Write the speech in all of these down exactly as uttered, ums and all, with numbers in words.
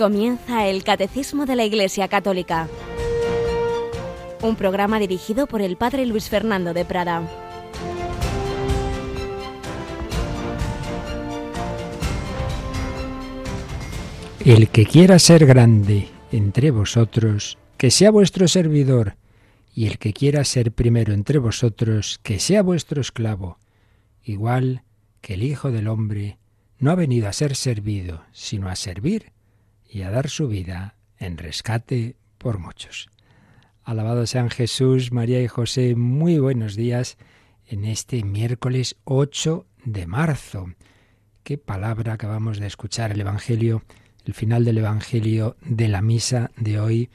Comienza el Catecismo de la Iglesia Católica, un programa dirigido por el Padre Luis Fernando de Prada. El que quiera ser grande entre vosotros, que sea vuestro servidor, y el que quiera ser primero entre vosotros, que sea vuestro esclavo, igual que el Hijo del Hombre no ha venido a ser servido, sino a servir y a dar su vida en rescate por muchos. Alabado sean Jesús, María y José, muy buenos días en este miércoles ocho de marzo. Qué palabra acabamos de escuchar, el Evangelio, el final del Evangelio de la misa de hoy,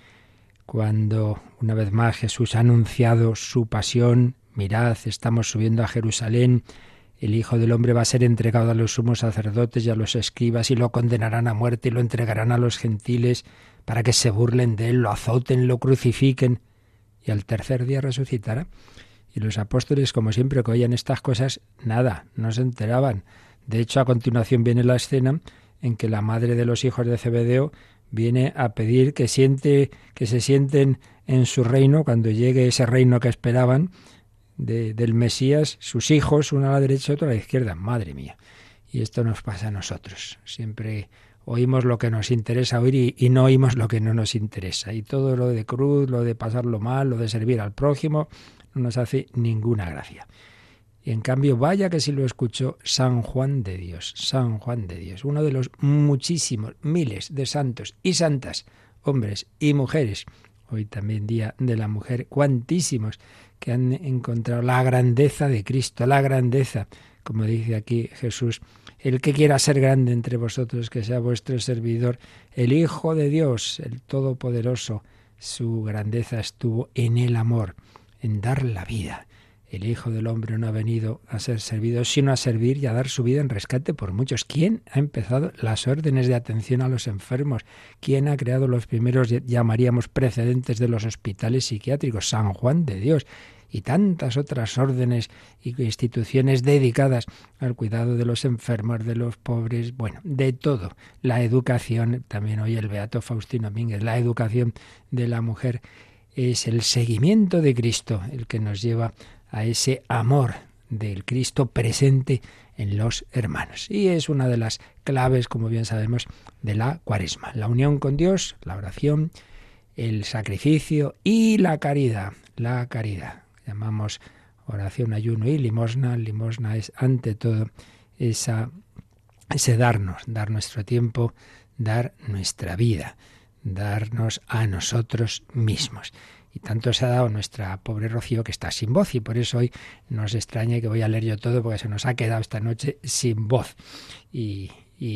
cuando una vez más Jesús ha anunciado su pasión. Mirad, estamos subiendo a Jerusalén, el Hijo del Hombre va a ser entregado a los sumos sacerdotes y a los escribas y lo condenarán a muerte y lo entregarán a los gentiles para que se burlen de él, lo azoten, lo crucifiquen y al tercer día resucitará. Y los apóstoles, como siempre que oían estas cosas, nada, no se enteraban. De hecho, a continuación viene la escena en que la madre de los hijos de Zebedeo viene a pedir que, siente, que se sienten en su reino cuando llegue ese reino que esperaban de, del Mesías, sus hijos, uno a la derecha y otro a la izquierda. Madre mía. Y esto nos pasa a nosotros. Siempre oímos lo que nos interesa oír y, y no oímos lo que no nos interesa. Y todo lo de cruz, lo de pasarlo mal, lo de servir al prójimo, no nos hace ninguna gracia. Y en cambio, vaya que si lo escuchó San Juan de Dios, San Juan de Dios, uno de los muchísimos, miles de santos y santas, hombres y mujeres, hoy también Día de la Mujer, cuantísimos que han encontrado la grandeza de Cristo, la grandeza, como dice aquí Jesús, el que quiera ser grande entre vosotros, que sea vuestro servidor, el Hijo de Dios, el Todopoderoso, su grandeza estuvo en el amor, en dar la vida. El Hijo del Hombre no ha venido a ser servido, sino a servir y a dar su vida en rescate por muchos. ¿Quién ha empezado las órdenes de atención a los enfermos? ¿Quién ha creado los primeros, llamaríamos, precedentes de los hospitales psiquiátricos? San Juan de Dios. Y tantas otras órdenes y instituciones dedicadas al cuidado de los enfermos, de los pobres, bueno, de todo. La educación, también hoy el beato Faustino Domínguez, la educación de la mujer es el seguimiento de Cristo, el que nos lleva a ese amor del Cristo presente en los hermanos. Y es una de las claves, como bien sabemos, de la Cuaresma. La unión con Dios, la oración, el sacrificio y la caridad. La caridad. Llamamos oración, ayuno y limosna. Limosna es, ante todo, esa, ese darnos, dar nuestro tiempo, dar nuestra vida, darnos a nosotros mismos. Y tanto se ha dado nuestra pobre Rocío que está sin voz y por eso hoy no os extrañe que voy a leer yo todo porque se nos ha quedado esta noche sin voz y,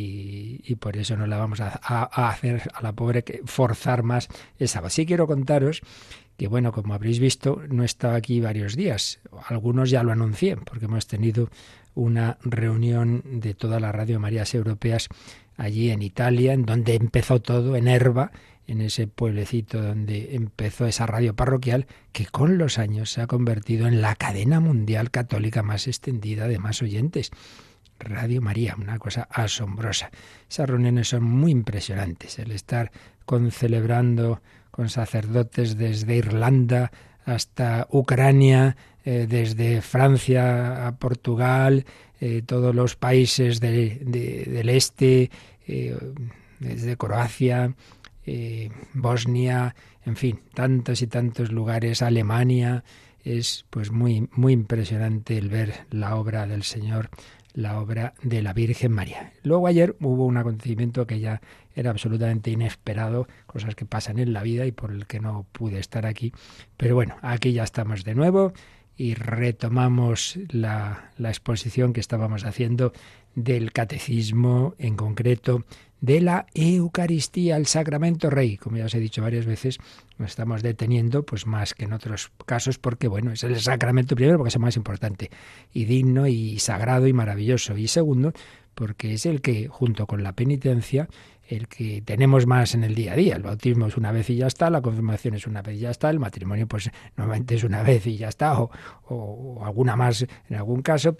y, y por eso no la vamos a, a, a hacer a la pobre que forzar más esa voz. Sí quiero contaros que, bueno, como habréis visto, no he estado aquí varios días. Algunos ya lo anuncié porque hemos tenido una reunión de todas las Radio Marías europeas allí en Italia, en donde empezó todo, en Erba, en ese pueblecito donde empezó esa radio parroquial, que con los años se ha convertido en la cadena mundial católica más extendida de más oyentes. Radio María, una cosa asombrosa. Esas reuniones son muy impresionantes. El estar con, celebrando con sacerdotes desde Irlanda hasta Ucrania, eh, desde Francia a Portugal, eh, todos los países de, de, del este, eh, desde Croacia, Eh, Bosnia, en fin, tantos y tantos lugares, Alemania. Es pues muy, muy impresionante el ver la obra del Señor, la obra de la Virgen María. Luego ayer hubo un acontecimiento que ya era absolutamente inesperado, cosas que pasan en la vida y por el que no pude estar aquí. Pero bueno, aquí ya estamos de nuevo y retomamos la, la exposición que estábamos haciendo del Catecismo, en concreto de la Eucaristía, el Sacramento Rey. Como ya os he dicho varias veces, nos estamos deteniendo, pues más que en otros casos, porque bueno, es el sacramento primero, porque es el más importante, y digno, y sagrado, y maravilloso. Y segundo, porque es el que, junto con la penitencia, el que tenemos más en el día a día. El bautismo es una vez y ya está, la confirmación es una vez y ya está, el matrimonio pues normalmente es una vez y ya está, o, o, o alguna más en algún caso, pero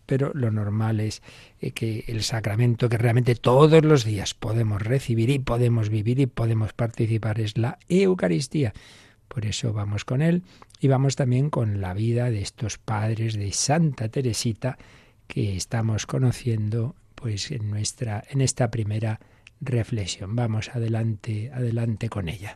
pero lo normal es que el sacramento que realmente todos los días podemos recibir y podemos vivir y podemos participar es la Eucaristía. Por eso vamos con él y vamos también con la vida de estos padres de Santa Teresita que estamos conociendo pues en nuestra en esta primera reflexión. Vamos adelante, adelante con ella.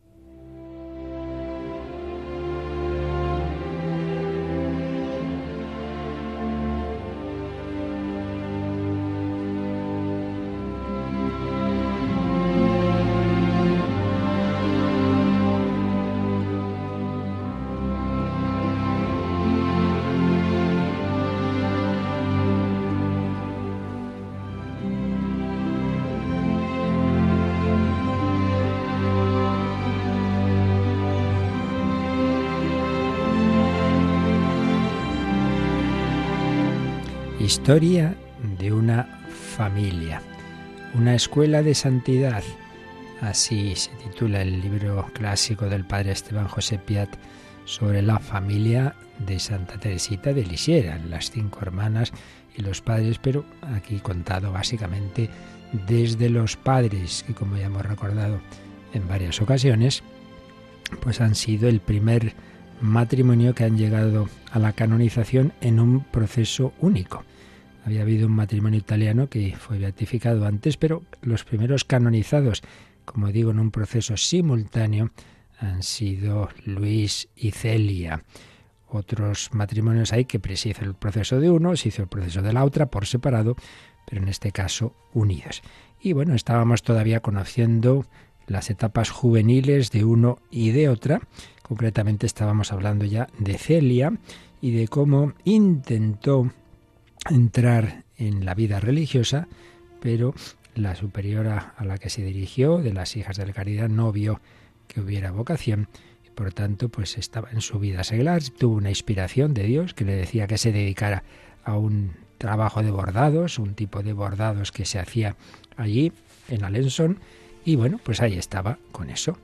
Historia de una familia, una escuela de santidad. Así se titula el libro clásico del padre Esteban José Piat sobre la familia de Santa Teresita de Lisieux, las cinco hermanas y los padres, pero aquí contado básicamente desde los padres, que como ya hemos recordado en varias ocasiones, pues han sido el primer matrimonio que han llegado a la canonización en un proceso único. Había habido un matrimonio italiano que fue beatificado antes, pero los primeros canonizados, como digo, en un proceso simultáneo, han sido Luis y Celia. Otros matrimonios hay que se hizo el proceso de uno, se hizo el proceso de la otra por separado, pero en este caso unidos. Y bueno, estábamos todavía conociendo las etapas juveniles de uno y de otra. Concretamente estábamos hablando ya de Celia y de cómo intentó entrar en la vida religiosa, pero la superiora a la que se dirigió, de las hijas de la caridad, no vio que hubiera vocación y por tanto pues estaba en su vida seglar. Tuvo una inspiración de Dios que le decía que se dedicara a un trabajo de bordados, un tipo de bordados que se hacía allí en Alençon, y bueno, pues ahí estaba con eso.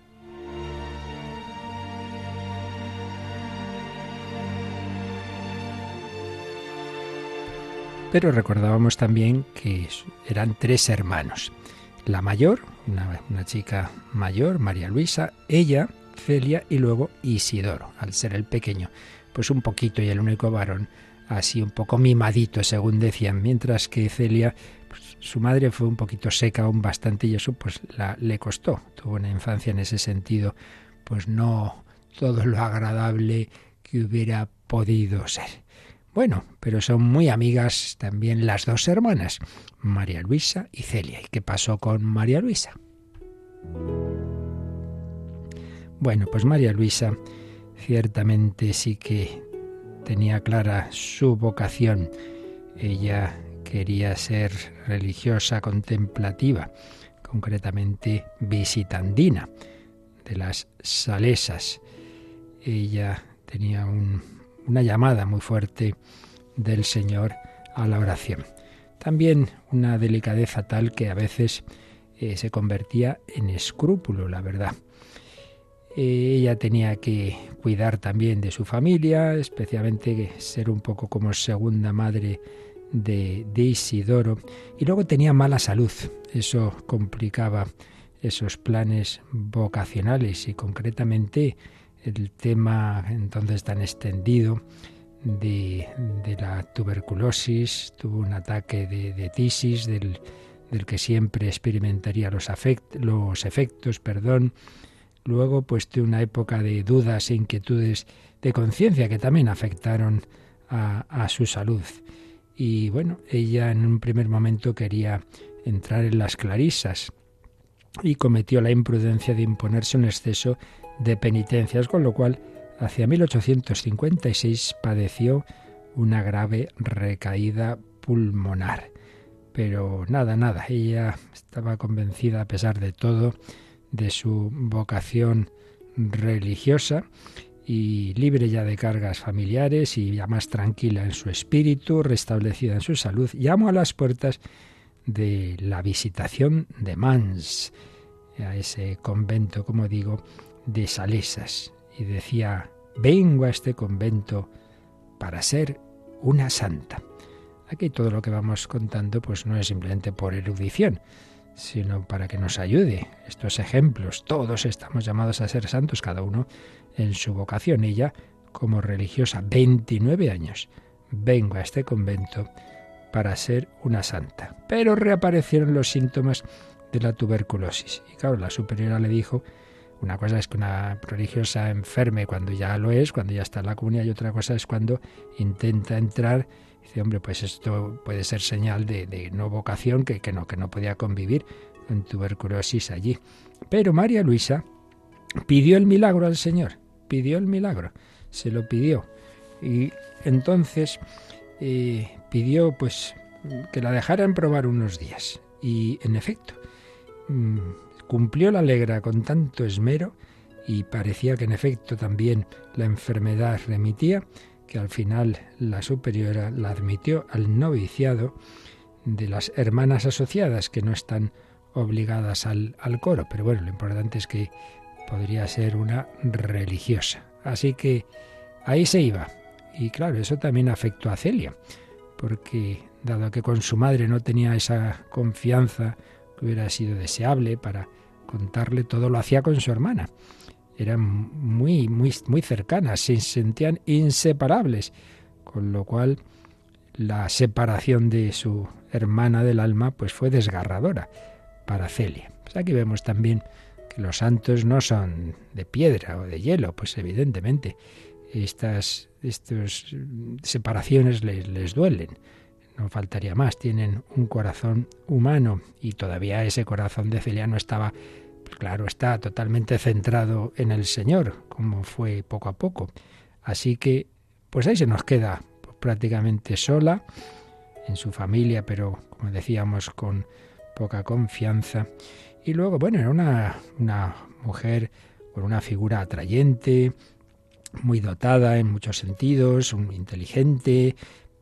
Pero recordábamos también que eran tres hermanos. La mayor, una, una chica mayor, María Luisa, ella, Celia y luego Isidoro, al ser el pequeño, pues un poquito y el único varón, así un poco mimadito, según decían, mientras que Celia, pues, su madre fue un poquito seca aún bastante y eso pues la, le costó. Tuvo una infancia en ese sentido, pues no todo lo agradable que hubiera podido ser. Bueno, pero son muy amigas también las dos hermanas, María Luisa y Celia. ¿Y qué pasó con María Luisa? Bueno, pues María Luisa ciertamente sí que tenía clara su vocación. Ella quería ser religiosa contemplativa, concretamente visitandina, de las salesas. Ella tenía un, una llamada muy fuerte del Señor a la oración. También una delicadeza tal que a veces eh, se convertía en escrúpulo, la verdad. Eh, ella tenía que cuidar también de su familia, especialmente ser un poco como segunda madre de, de Isidoro, y luego tenía mala salud. Eso complicaba esos planes vocacionales y concretamente el tema entonces tan extendido de, de la tuberculosis. Tuvo un ataque de, de tisis del, del que siempre experimentaría los, afect, los efectos, perdón. Luego pues tuvo una época de dudas e inquietudes de conciencia que también afectaron a, a su salud. Y bueno, ella en un primer momento quería entrar en las clarisas y cometió la imprudencia de imponerse un exceso de penitencias, con lo cual hacia mil ochocientos cincuenta y seis padeció una grave recaída pulmonar. Pero nada, nada, ella estaba convencida a pesar de todo de su vocación religiosa y libre ya de cargas familiares y ya más tranquila en su espíritu, restablecida en su salud, llamó a las puertas de la Visitación de Mans, a ese convento, como digo, de salesas, y decía: vengo a este convento para ser una santa. Aquí todo lo que vamos contando pues no es simplemente por erudición, sino para que nos ayude. Estos ejemplos, todos estamos llamados a ser santos, cada uno en su vocación. Ella, como religiosa, veintinueve años, vengo a este convento para ser una santa. Pero reaparecieron los síntomas de la tuberculosis. Y claro, la superiora le dijo, una cosa es que una religiosa enferme cuando ya lo es, cuando ya está en la comunidad, y otra cosa es cuando intenta entrar. Dice, hombre, pues esto puede ser señal de, de no vocación, que, que no, que no podía convivir con tuberculosis allí. Pero María Luisa pidió el milagro al Señor, pidió el milagro, se lo pidió. Y entonces eh, pidió pues que la dejaran probar unos días. Y en efecto, mmm, cumplió la legra con tanto esmero y parecía que en efecto también la enfermedad remitía, que al final la superiora la admitió al noviciado de las hermanas asociadas, que no están obligadas al, al coro, pero bueno, lo importante es que podría ser una religiosa. Así que ahí se iba. Y claro, eso también afectó a Celia, porque dado que con su madre no tenía esa confianza que hubiera sido deseable para contarle, todo lo hacía con su hermana. Eran muy, muy, muy cercanas, se sentían inseparables, con lo cual la separación de su hermana del alma pues fue desgarradora para Celia. Pues aquí vemos también que los santos no son de piedra o de hielo, pues evidentemente estas, estas separaciones les, les duelen. No faltaría más, tienen un corazón humano y todavía ese corazón de Celia no estaba, claro, está totalmente centrado en el Señor, como fue poco a poco. Así que, pues ahí se nos queda pues, prácticamente sola en su familia, pero como decíamos, con poca confianza. Y luego, bueno, era una, una mujer con una figura atrayente, muy dotada en muchos sentidos, muy inteligente.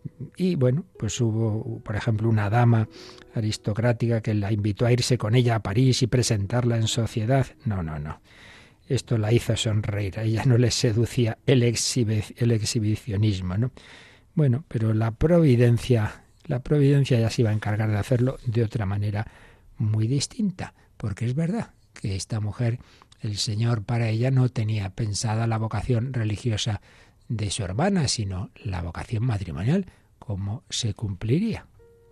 Y bueno, pues hubo, por ejemplo, una dama aristocrática que la invitó a irse con ella a París y presentarla en sociedad. No, no, no. Esto la hizo sonreír. A ella no le seducía el, exhibi- el exhibicionismo, ¿no? Bueno, pero la providencia, la providencia ya se iba a encargar de hacerlo de otra manera muy distinta. Porque es verdad que esta mujer, el Señor para ella no tenía pensada la vocación religiosa de su hermana, sino la vocación matrimonial, cómo se cumpliría.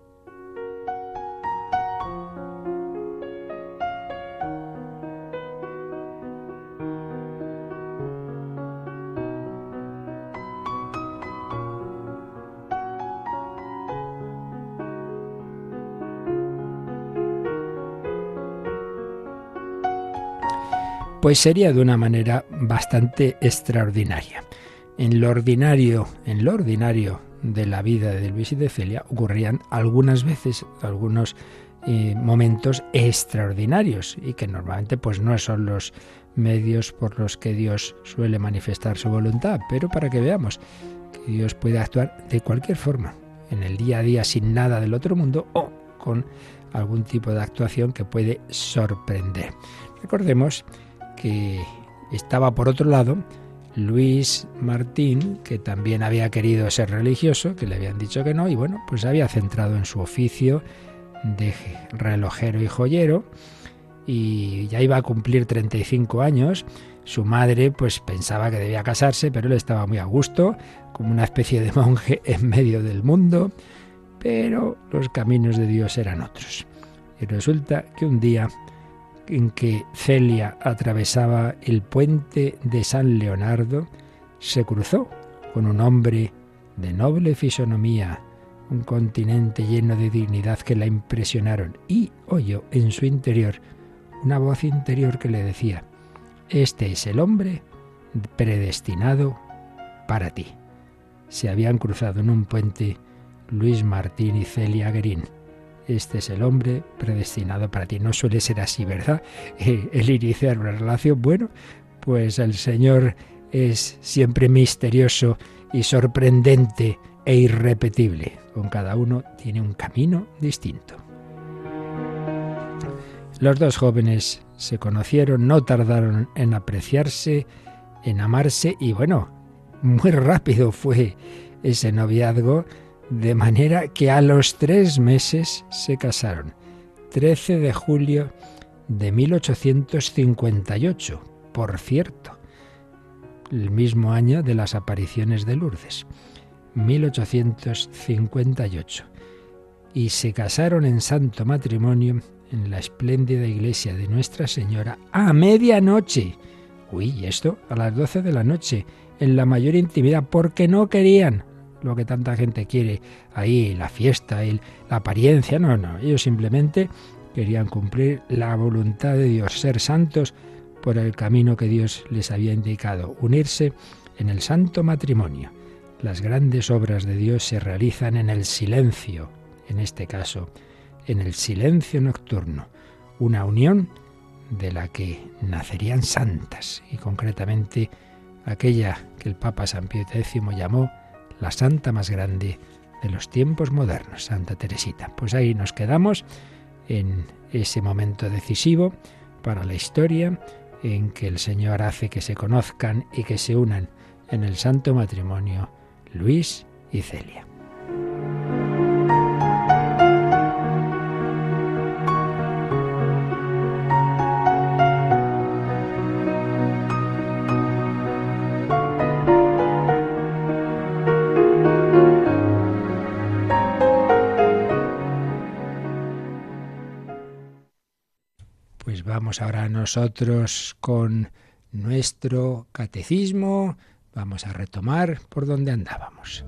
Pues sería de una manera bastante extraordinaria. En lo ordinario, en lo ordinario de la vida de Luis y de Celia ocurrían algunas veces algunos eh, momentos extraordinarios y que normalmente pues no son los medios por los que Dios suele manifestar su voluntad, pero para que veamos que Dios puede actuar de cualquier forma, en el día a día sin nada del otro mundo o con algún tipo de actuación que puede sorprender. Recordemos que estaba por otro lado Luis Martín, que también había querido ser religioso, que le habían dicho que no, y bueno, pues se había centrado en su oficio de relojero y joyero, y ya iba a cumplir treinta y cinco años. Su madre pues pensaba que debía casarse, pero él estaba muy a gusto, como una especie de monje en medio del mundo, pero los caminos de Dios eran otros. Y resulta que un día en que Celia atravesaba el puente de San Leonardo, se cruzó con un hombre de noble fisonomía, un continente lleno de dignidad que la impresionaron, y oyó en su interior una voz interior que le decía: este es el hombre predestinado para ti. Se habían cruzado en un puente Luis Martín y Celia Guerin. Este es el hombre predestinado para ti. No suele ser así, ¿verdad? El iniciar una relación, bueno, pues el Señor es siempre misterioso y sorprendente e irrepetible. Con cada uno tiene un camino distinto. Los dos jóvenes se conocieron, no tardaron en apreciarse, en amarse, y bueno, muy rápido fue ese noviazgo. de manera que a los tres meses se casaron. trece de julio de mil ochocientos cincuenta y ocho, por cierto, el mismo año de las apariciones de Lourdes, mil ochocientos cincuenta y ocho. Y se casaron en santo matrimonio en la espléndida iglesia de Nuestra Señora a medianoche. Uy, ¿y esto? A las doce de la noche, en la mayor intimidad, porque no querían lo que tanta gente quiere ahí, la fiesta, el, la apariencia. No, no, ellos simplemente querían cumplir la voluntad de Dios, ser santos por el camino que Dios les había indicado, unirse en el santo matrimonio. Las grandes obras de Dios se realizan en el silencio, en este caso, en el silencio nocturno, una unión de la que nacerían santas, y concretamente aquella que el Papa San Pío décimo llamó la santa más grande de los tiempos modernos, Santa Teresita. Pues ahí nos quedamos en ese momento decisivo para la historia, en que el Señor hace que se conozcan y que se unan en el santo matrimonio Luis y Celia. Pues vamos ahora nosotros con nuestro catecismo. Vamos a retomar por donde andábamos.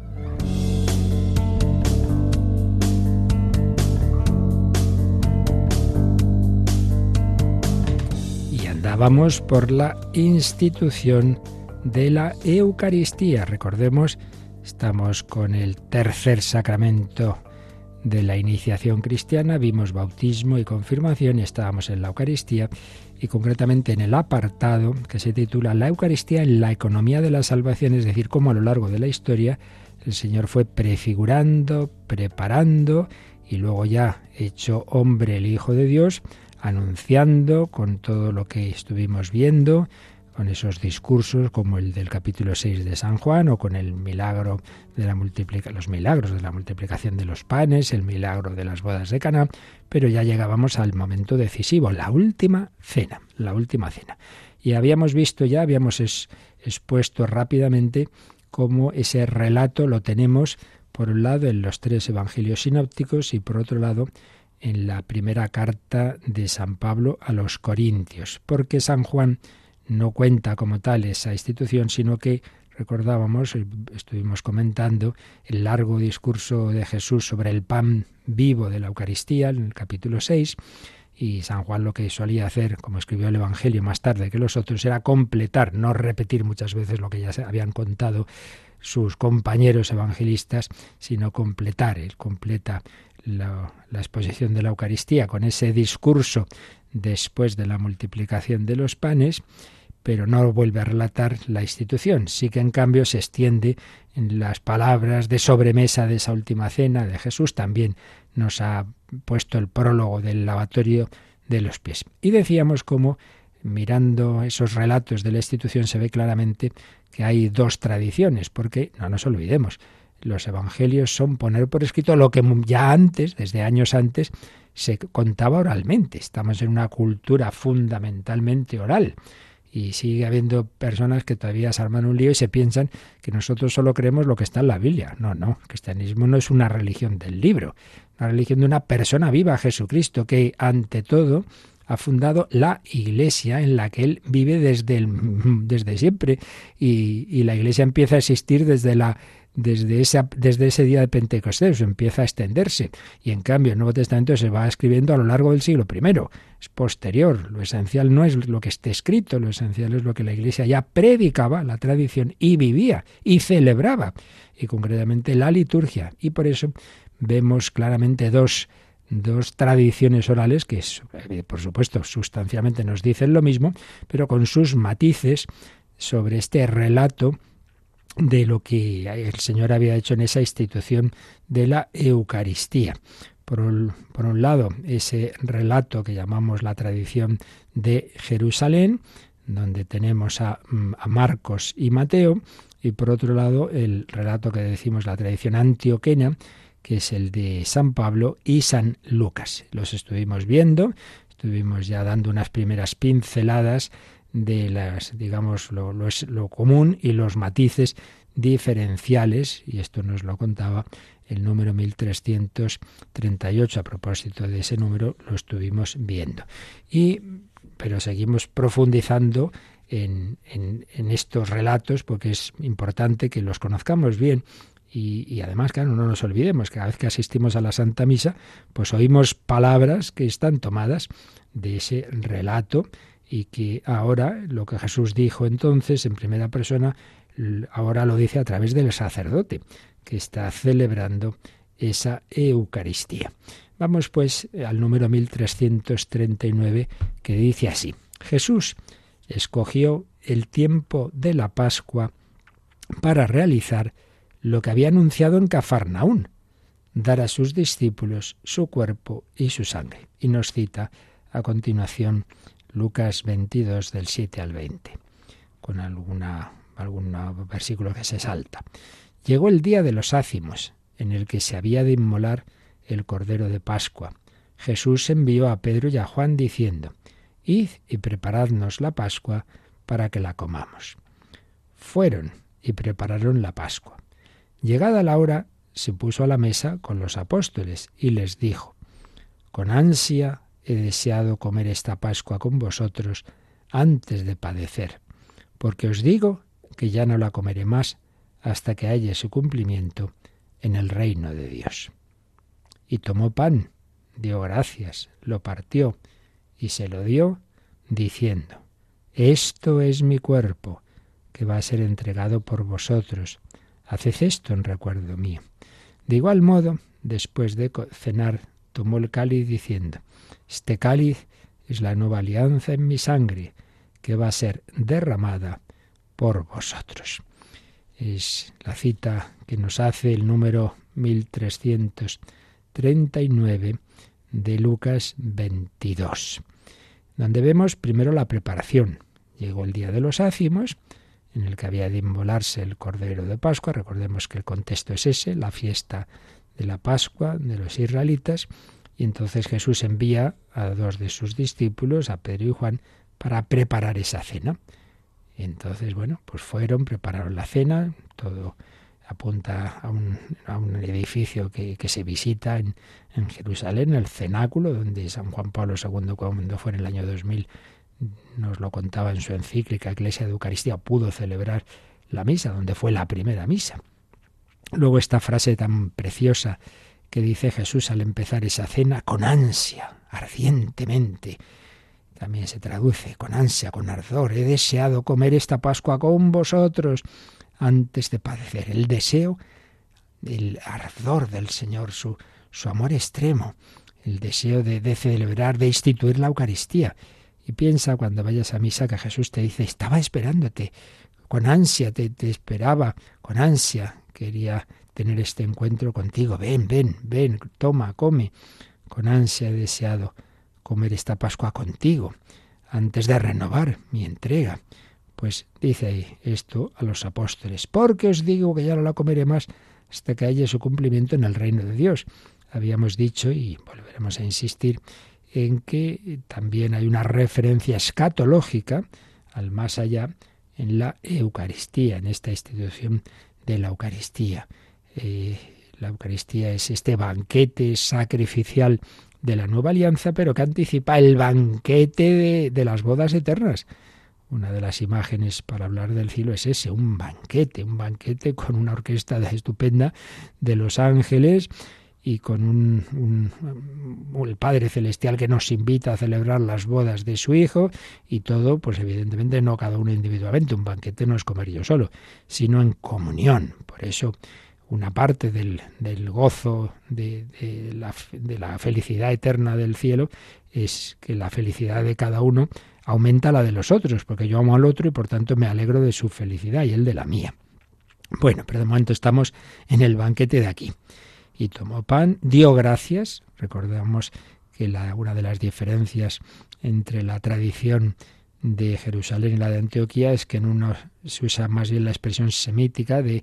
Y andábamos por la institución de la Eucaristía. Recordemos, estamos con el tercer sacramento de la iniciación cristiana, vimos bautismo y confirmación y estábamos en la Eucaristía, y concretamente en el apartado que se titula La Eucaristía en la economía de la salvación, es decir, cómo a lo largo de la historia el Señor fue prefigurando, preparando y luego ya hecho hombre el Hijo de Dios, anunciando con todo lo que estuvimos viendo, con esos discursos como el del capítulo seis de San Juan, o con el milagro de la multiplica, los milagros de la multiplicación de los panes, el milagro de las bodas de Caná, pero ya llegábamos al momento decisivo, la última cena, la última cena. Y habíamos visto ya, habíamos es, expuesto rápidamente cómo ese relato lo tenemos por un lado en los tres evangelios sinópticos y por otro lado en la primera carta de San Pablo a los Corintios, porque San Juan no cuenta como tal esa institución, sino que recordábamos, estuvimos comentando el largo discurso de Jesús sobre el pan vivo de la Eucaristía en el capítulo seis, y San Juan lo que solía hacer, como escribió el Evangelio más tarde que los otros, era completar, no repetir muchas veces lo que ya se habían contado sus compañeros evangelistas, sino completar. Él completa la, la exposición de la Eucaristía con ese discurso después de la multiplicación de los panes, pero no vuelve a relatar la institución. Sí que en cambio se extiende en las palabras de sobremesa de esa última cena de Jesús. También nos ha puesto el prólogo del lavatorio de los pies. Y decíamos cómo, mirando esos relatos de la institución, se ve claramente que hay dos tradiciones, porque no nos olvidemos, los evangelios son poner por escrito lo que ya antes, desde años antes, se contaba oralmente. Estamos en una cultura fundamentalmente oral. Y sigue habiendo personas que todavía se arman un lío y se piensan que nosotros solo creemos lo que está en la Biblia. No, no, el cristianismo no es una religión del libro, una religión de una persona viva, Jesucristo, que ante todo ha fundado la Iglesia en la que Él vive desde, el, desde siempre. Y, y la Iglesia empieza a existir desde la Desde, esa, desde ese día de Pentecostés, empieza a extenderse. Y en cambio el Nuevo Testamento se va escribiendo a lo largo del siglo primero. Es posterior. Lo esencial no es lo que esté escrito, lo esencial es lo que la Iglesia ya predicaba, la tradición, y vivía, y celebraba, y concretamente la liturgia. Y por eso vemos claramente dos, dos tradiciones orales que, por supuesto, sustancialmente nos dicen lo mismo, pero con sus matices sobre este relato de lo que el Señor había hecho en esa institución de la Eucaristía. Por un, por un lado, ese relato que llamamos la tradición de Jerusalén, donde tenemos a, a Marcos y Mateo, y por otro lado el relato que decimos la tradición antioquena, que es el de San Pablo y San Lucas. Los estuvimos viendo, estuvimos ya dando unas primeras pinceladas de las, digamos, lo, lo, es lo común y los matices diferenciales, y esto nos lo contaba el número mil trescientos treinta y ocho. A propósito de ese número lo estuvimos viendo. Y, pero seguimos profundizando en, en, en estos relatos, porque es importante que los conozcamos bien. Y, y además, claro, no nos olvidemos que cada vez que asistimos a la Santa Misa, pues oímos palabras que están tomadas de ese relato, y que ahora lo que Jesús dijo entonces en primera persona, ahora lo dice a través del sacerdote que está celebrando esa Eucaristía. Vamos pues al número mil trescientos treinta y nueve, que dice así: Jesús escogió el tiempo de la Pascua para realizar lo que había anunciado en Cafarnaún, dar a sus discípulos su cuerpo y su sangre. Y nos cita a continuación Lucas veintidós, del siete al veinte, con alguna, algún versículo que se salta. Llegó el día de los ácimos, en el que se había de inmolar el Cordero de Pascua. Jesús envió a Pedro y a Juan diciendo: Id y preparadnos la Pascua para que la comamos. Fueron y prepararon la Pascua. Llegada la hora, se puso a la mesa con los apóstoles y les dijo: Con ansia he deseado comer esta Pascua con vosotros antes de padecer, porque os digo que ya no la comeré más hasta que haya su cumplimiento en el reino de Dios. Y tomó pan, dio gracias, lo partió y se lo dio, diciendo: Esto es mi cuerpo, que va a ser entregado por vosotros. Haced esto en recuerdo mío. De igual modo, después de cenar, tomó el cáliz diciendo: Este cáliz es la nueva alianza en mi sangre, que va a ser derramada por vosotros. Es la cita que nos hace el número mil trescientos treinta y nueve de Lucas veintidós, donde vemos primero la preparación. Llegó el día de los ácimos, en el que había de inmolarse el Cordero de Pascua. Recordemos que el contexto es ese, la fiesta de la Pascua de los israelitas, y entonces Jesús envía a dos de sus discípulos, a Pedro y Juan, para preparar esa cena. Y entonces, bueno, pues fueron, prepararon la cena, todo apunta a un, a un edificio que, que se visita en, en Jerusalén, el cenáculo, donde San Juan Pablo segundo, cuando fue en el año dos mil, nos lo contaba en su encíclica Iglesia de Eucaristía, pudo celebrar la misa, donde fue la primera misa. Luego esta frase tan preciosa que dice Jesús al empezar esa cena: con ansia, ardientemente. También se traduce con ansia, con ardor. He deseado comer esta Pascua con vosotros antes de padecer. El deseo, el ardor del Señor, su, su amor extremo, el deseo de, de celebrar, de instituir la Eucaristía. Y piensa cuando vayas a misa que Jesús te dice: estaba esperándote, con ansia te, te esperaba, con ansia quería tener este encuentro contigo. Ven, ven, ven, toma, come. Con ansia he deseado comer esta Pascua contigo, antes de renovar mi entrega. Pues dice ahí esto a los apóstoles: porque os digo que ya no la comeré más hasta que haya su cumplimiento en el reino de Dios. Habíamos dicho, y volveremos a insistir, en que también hay una referencia escatológica al más allá en la Eucaristía, en esta institución de la Eucaristía. Eh, la Eucaristía es este banquete sacrificial de la nueva alianza, pero que anticipa el banquete de, de las bodas eternas. Una de las imágenes para hablar del cielo es ese, un banquete, un banquete con una orquesta estupenda de los ángeles y con un, un, el Padre Celestial que nos invita a celebrar las bodas de su Hijo, y todo, pues evidentemente no cada uno individualmente. Un banquete no es comer yo solo, sino en comunión. Por eso una parte del, del gozo de, de, la, de la felicidad eterna del cielo es que la felicidad de cada uno aumenta la de los otros, porque yo amo al otro y por tanto me alegro de su felicidad y él de la mía. Bueno, pero de momento estamos en el banquete de aquí. Y tomó pan, dio gracias. Recordamos que la, una de las diferencias entre la tradición de Jerusalén y la de Antioquía es que en uno se usa más bien la expresión semítica de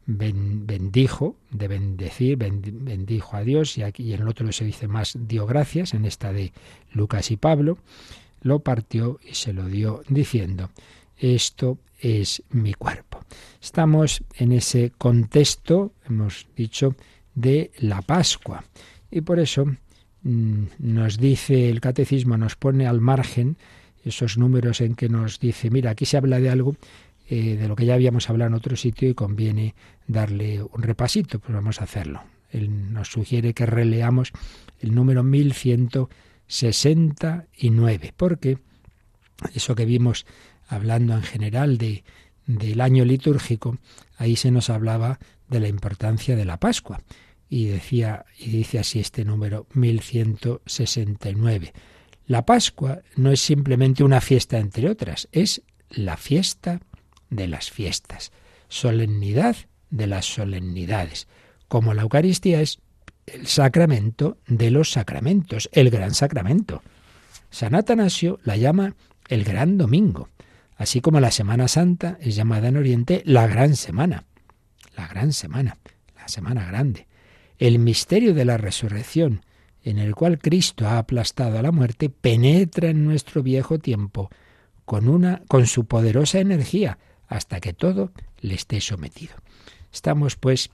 bendijo, de bendecir, bendijo a Dios, y aquí y en el otro se dice más dio gracias, en esta de Lucas y Pablo, lo partió y se lo dio diciendo: esto es mi cuerpo. Estamos en ese contexto, hemos dicho, de la Pascua, y por eso mmm, nos dice el catecismo, nos pone al margen esos números en que nos dice, mira, aquí se habla de algo eh, de lo que ya habíamos hablado en otro sitio y conviene darle un repasito, pues vamos a hacerlo. Él nos sugiere que releamos el número mil ciento sesenta y nueve, porque eso que vimos hablando en general de, del año litúrgico, ahí se nos hablaba de la importancia de la Pascua. Y decía, y dice así este número mil ciento sesenta y nueve. La Pascua no es simplemente una fiesta entre otras, es la fiesta de las fiestas, solemnidad de las solemnidades, como la Eucaristía es el sacramento de los sacramentos, el gran sacramento. San Atanasio la llama el gran domingo, así como la Semana Santa es llamada en Oriente la gran semana, la gran semana, la semana grande. El misterio de la resurrección, en el cual Cristo ha aplastado a la muerte, penetra en nuestro viejo tiempo con, una, con su poderosa energía, hasta que todo le esté sometido. Estamos, pues,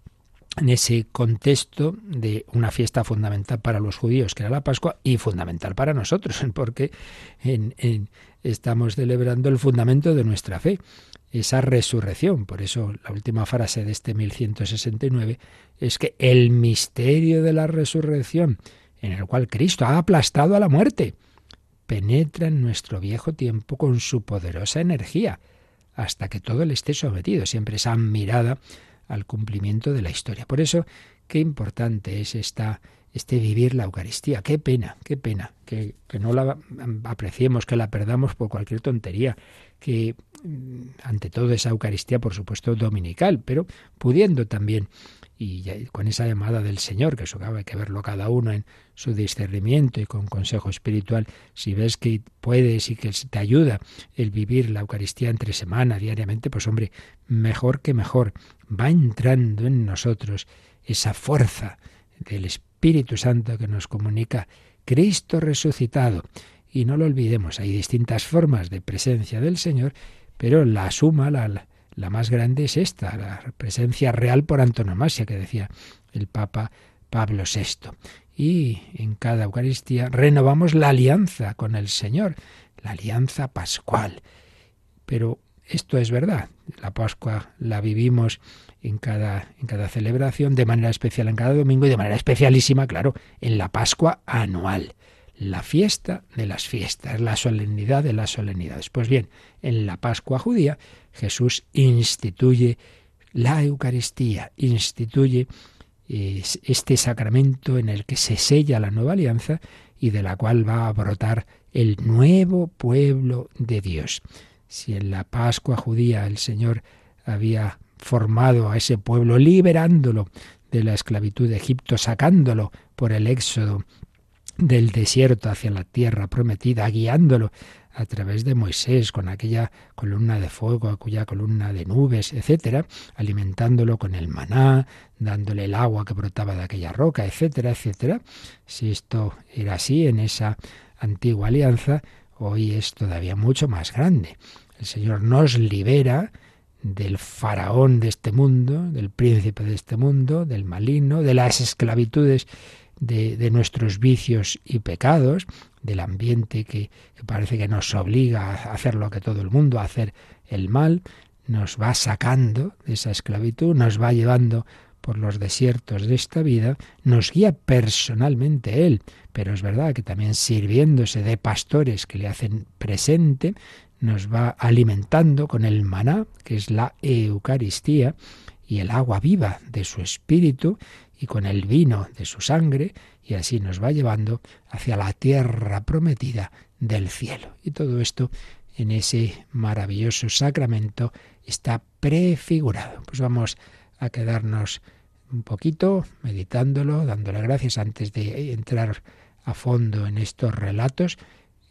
en ese contexto de una fiesta fundamental para los judíos, que era la Pascua, y fundamental para nosotros, porque en, en, estamos celebrando el fundamento de nuestra fe, esa resurrección. Por eso la última frase de este mil ciento sesenta y nueve es que el misterio de la resurrección, en el cual Cristo ha aplastado a la muerte, penetra en nuestro viejo tiempo con su poderosa energía, hasta que todo le esté sometido. Siempre esa mirada al cumplimiento de la historia. Por eso, qué importante es esta, este vivir la Eucaristía. Qué pena, qué pena, que, que no la apreciemos, que la perdamos por cualquier tontería, que ante todo esa Eucaristía, por supuesto, dominical, pero pudiendo también, y ya, con esa llamada del Señor, que eso hay que verlo cada uno en su discernimiento y con consejo espiritual, si ves que puedes y que te ayuda el vivir la Eucaristía entre semana, diariamente, pues hombre, mejor que mejor. Va entrando en nosotros esa fuerza del Espíritu Santo que nos comunica Cristo resucitado. Y no lo olvidemos, hay distintas formas de presencia del Señor, pero la suma, la, la más grande es esta, la presencia real por antonomasia, que decía el Papa Pablo sexto. Y en cada Eucaristía renovamos la alianza con el Señor, la alianza pascual. Pero esto es verdad, la Pascua la vivimos en cada, en cada celebración, de manera especial en cada domingo y de manera especialísima, claro, en la Pascua anual. La fiesta de las fiestas, la solemnidad de las solemnidades. Pues bien, en la Pascua judía, Jesús instituye la Eucaristía, instituye eh, este sacramento en el que se sella la nueva alianza y de la cual va a brotar el nuevo pueblo de Dios. Si en la Pascua judía el Señor había formado a ese pueblo, liberándolo de la esclavitud de Egipto, sacándolo por el éxodo del desierto hacia la tierra prometida, guiándolo a través de Moisés con aquella columna de fuego, aquella columna de nubes, etcétera, alimentándolo con el maná, dándole el agua que brotaba de aquella roca, etcétera, etcétera. Si esto era así en esa antigua alianza, hoy es todavía mucho más grande. El Señor nos libera del faraón de este mundo, del príncipe de este mundo, del maligno, de las esclavitudes De, de nuestros vicios y pecados, del ambiente que, que parece que nos obliga a hacer lo que todo el mundo, a hacer el mal, nos va sacando de esa esclavitud, nos va llevando por los desiertos de esta vida, nos guía personalmente Él, pero es verdad que también sirviéndose de pastores que le hacen presente, nos va alimentando con el maná, que es la Eucaristía, y el agua viva de su espíritu, y con el vino de su sangre, y así nos va llevando hacia la tierra prometida del cielo. Y todo esto en ese maravilloso sacramento está prefigurado. Pues vamos a quedarnos un poquito meditándolo, dándole gracias antes de entrar a fondo en estos relatos,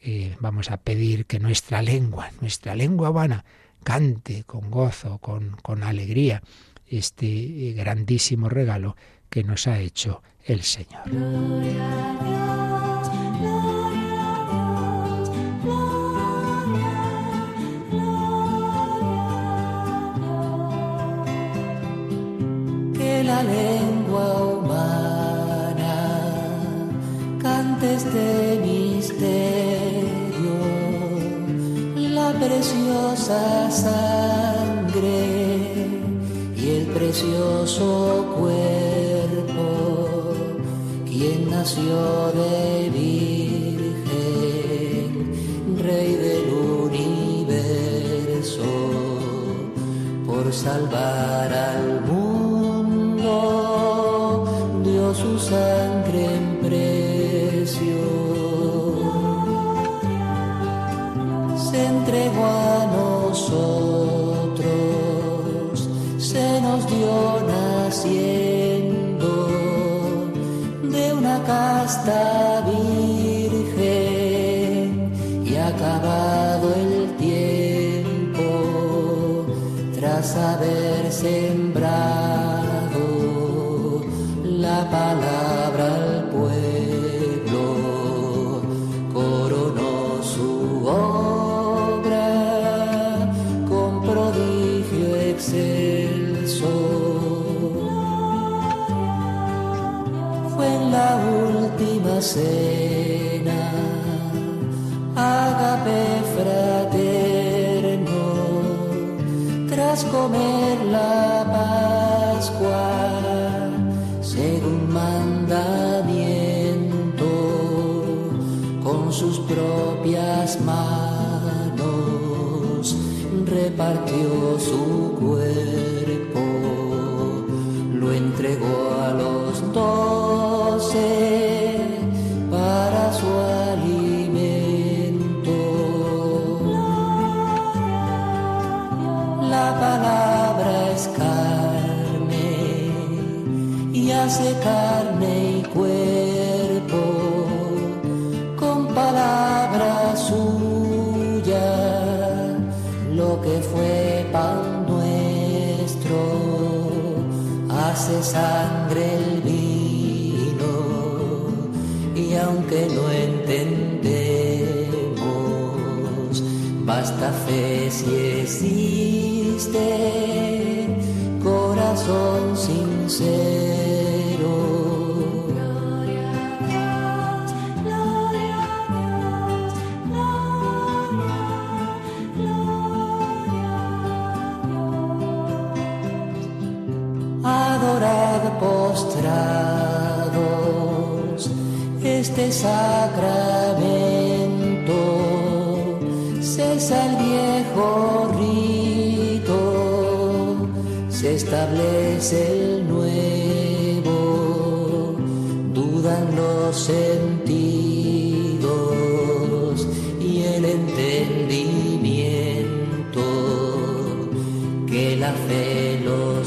eh, vamos a pedir que nuestra lengua, nuestra lengua humana, cante con gozo, con, con alegría este grandísimo regalo que nos ha hecho el Señor. Gloria a Dios, gloria a Dios, gloria, gloria a Dios. Que la lengua humana cante este misterio, la preciosa sangre y el precioso cuerpo, quien nació de virgen, Rey del universo, por salvar al mundo, dio su sangre en precio, se entregó a nosotros, se nos dio naciendo de una casta virgen, y acabado el tiempo, tras haber sembrado la palabra al pueblo, coronó su obra con prodigio excelso. Fue en la última cena, ágape fraterno, tras comer la Pascua, según mandamiento, con sus propias manos repartió su cuerpo, lo entregó a los doce para su alimento. La palabra es carne y hace carne y cuerpo, con palabra suya, lo que fue pan nuestro, hace sangre el vino, y aunque no entendemos, basta fe si existe corazón sincero. Gloria a Dios, gloria a Dios, gloria, gloria a Dios. Adorad postrados este sacramento, cesa el viejo rito, se establece el nuevo, dudan los sentidos y el entendimiento, que la fe lo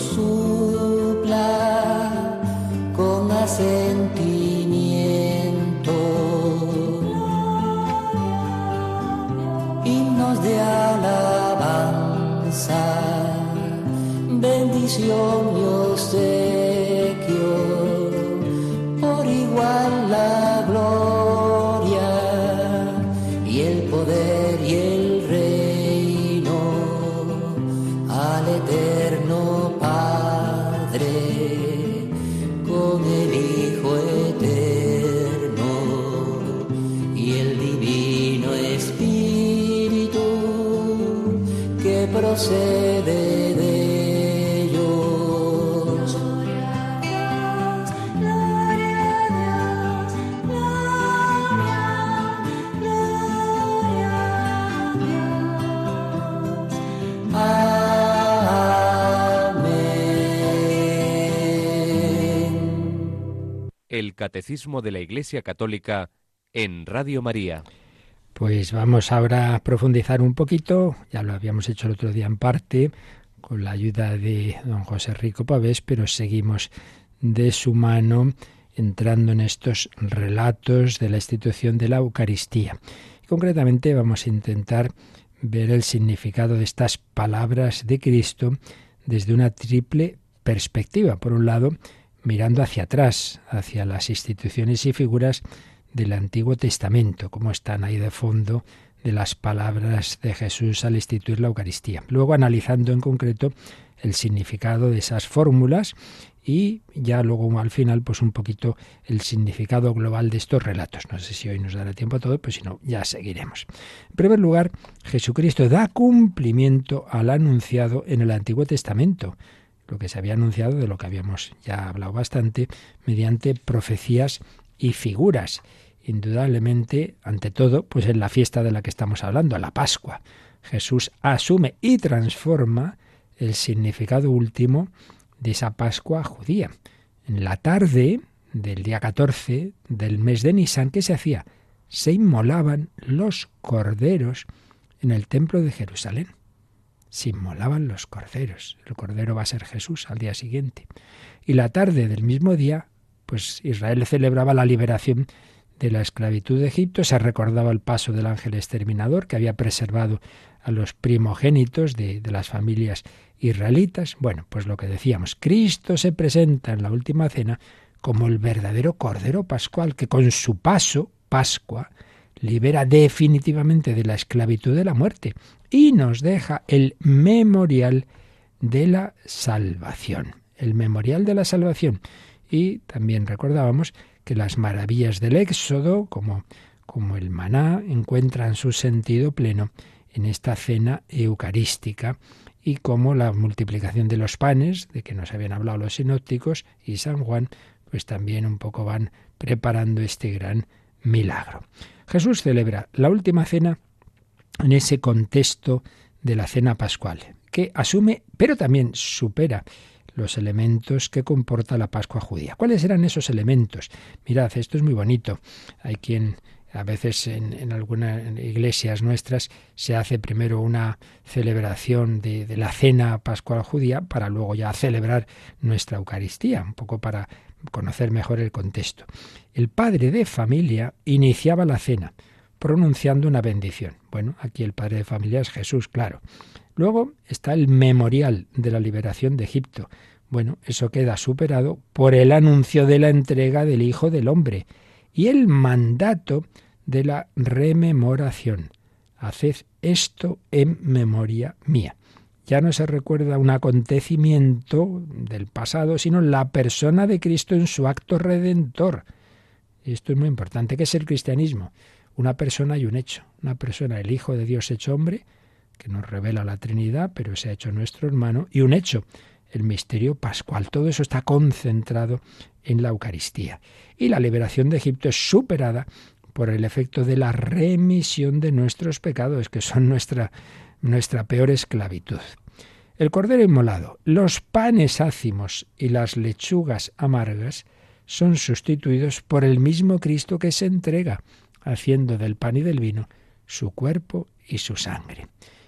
supla con asentimiento. Himnos de alabanza, bendición y obsequio, por igual la gloria y el poder y el reino al eterno Padre, con el Hijo eterno y el divino Espíritu que procede de ellos. Gloria a Dios, gloria a Dios, gloria, gloria a Dios. Amén. El Catecismo de la Iglesia Católica en Radio María. Pues vamos ahora a profundizar un poquito, ya lo habíamos hecho el otro día en parte, con la ayuda de don José Rico Pavés, pero seguimos de su mano entrando en estos relatos de la institución de la Eucaristía. Y concretamente vamos a intentar ver el significado de estas palabras de Cristo desde una triple perspectiva. Por un lado, mirando hacia atrás, hacia las instituciones y figuras del Antiguo Testamento, como están ahí de fondo de las palabras de Jesús al instituir la Eucaristía. Luego analizando en concreto el significado de esas fórmulas y ya luego al final pues un poquito el significado global de estos relatos. No sé si hoy nos dará tiempo a todo, pues si no, ya seguiremos. En primer lugar, Jesucristo da cumplimiento al anunciado en el Antiguo Testamento, lo que se había anunciado, de lo que habíamos ya hablado bastante, mediante profecías y figuras. Indudablemente, ante todo, pues en la fiesta de la que estamos hablando, la Pascua. Jesús asume y transforma el significado último de esa Pascua judía. En la tarde del día catorce del mes de Nisán, ¿qué se hacía? Se inmolaban los corderos en el templo de Jerusalén. Se inmolaban los corderos. El cordero va a ser Jesús al día siguiente. Y la tarde del mismo día, pues Israel celebraba la liberación de la esclavitud de Egipto, se recordaba el paso del ángel exterminador que había preservado a los primogénitos de, de las familias israelitas. Bueno, pues lo que decíamos, Cristo se presenta en la última cena como el verdadero Cordero Pascual que con su paso, Pascua, libera definitivamente de la esclavitud de la muerte y nos deja el memorial de la salvación. El memorial de la salvación. Y también recordábamos que las maravillas del Éxodo, como, como el maná, encuentran su sentido pleno en esta cena eucarística y como la multiplicación de los panes, de que nos habían hablado los sinópticos y San Juan, pues también un poco van preparando este gran milagro. Jesús celebra la última cena en ese contexto de la cena pascual, que asume, pero también supera los elementos que comporta la Pascua judía. ¿Cuáles eran esos elementos? Mirad, esto es muy bonito. Hay quien, a veces en, en algunas iglesias nuestras, se hace primero una celebración de, de la cena pascual judía para luego ya celebrar nuestra Eucaristía, un poco para conocer mejor el contexto. El padre de familia iniciaba la cena pronunciando una bendición. Bueno, aquí el padre de familia es Jesús, claro. Luego está el memorial de la liberación de Egipto. Bueno, eso queda superado por el anuncio de la entrega del Hijo del Hombre y el mandato de la rememoración. Haced esto en memoria mía. Ya no se recuerda un acontecimiento del pasado, sino la persona de Cristo en su acto redentor. Esto es muy importante. ¿Qué es el cristianismo? Una persona y un hecho. Una persona, el Hijo de Dios hecho hombre, que nos revela la Trinidad, pero se ha hecho nuestro hermano, y un hecho, el misterio pascual. Todo eso está concentrado en la Eucaristía. Y la liberación de Egipto es superada por el efecto de la remisión de nuestros pecados, que son nuestra, nuestra peor esclavitud. El cordero inmolado, los panes ácimos y las lechugas amargas son sustituidos por el mismo Cristo que se entrega, haciendo del pan y del vino su cuerpo y su sangre.